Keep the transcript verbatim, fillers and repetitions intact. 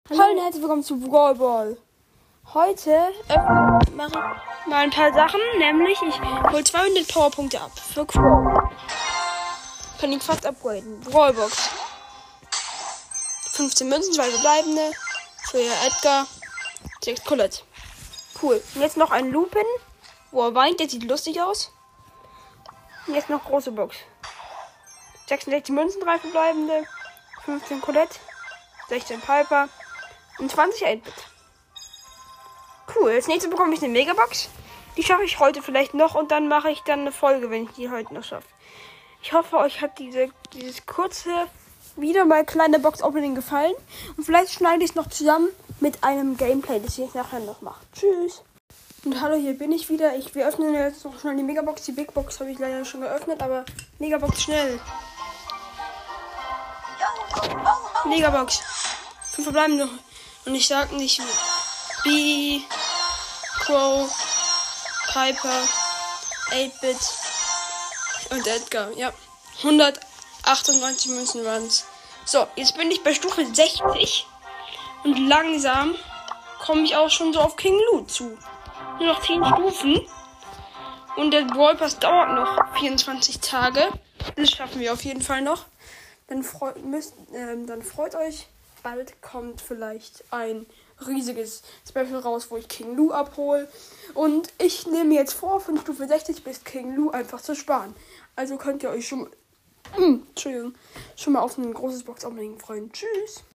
Hallo und herzlich willkommen zu Brawl Ball. Heute äh, mache ich mal ein paar Sachen, nämlich ich hole zweihundert Powerpunkte ab für Crow. Kann ihn fast upgraden. Brawlbox. fünfzehn Münzen, zwei verbleibende. Für Edgar. sechs Colette. Cool. Und jetzt noch ein Lupin, wo er weint, der sieht lustig aus. Und jetzt noch große Box. sechsundsechzig Münzen, drei verbleibende. fünfzehn Colette. sechzehn Piper. Und zwanzig acht-Bit. Cool. Als nächstes bekomme ich eine Megabox. Die schaffe ich heute vielleicht noch und dann mache ich dann eine Folge, wenn ich die heute noch schaffe. Ich hoffe, euch hat diese, dieses kurze, wieder mal kleine Box-Opening gefallen. Und vielleicht schneide ich es noch zusammen mit einem Gameplay, das ich nachher noch mache. Tschüss. Und hallo, hier bin ich wieder. Ich, wir öffnen jetzt noch schnell die Megabox. Die Big Box habe ich leider schon geöffnet, aber Megabox schnell. Megabox. Fünf verbleiben noch. Und ich sag nicht B, Crow, Piper, acht-Bit und Edgar. Ja, hundertachtundneunzig Münzen waren's. So, jetzt bin ich bei Stufe sechzig und langsam komme ich auch schon so auf King Lou zu. Nur noch zehn Stufen und der Brawl Pass dauert noch vierundzwanzig Tage. Das schaffen wir auf jeden Fall noch. Dann, freu, müsst, ähm, dann freut euch. Bald kommt vielleicht ein riesiges Special raus, wo ich King Lou abhole. Und ich nehme mir jetzt vor, von Stufe sechzig bis King Lou einfach zu sparen. Also könnt ihr euch schon, äh, Entschuldigung, schon mal auf ein großes Box-Opening freuen. Tschüss!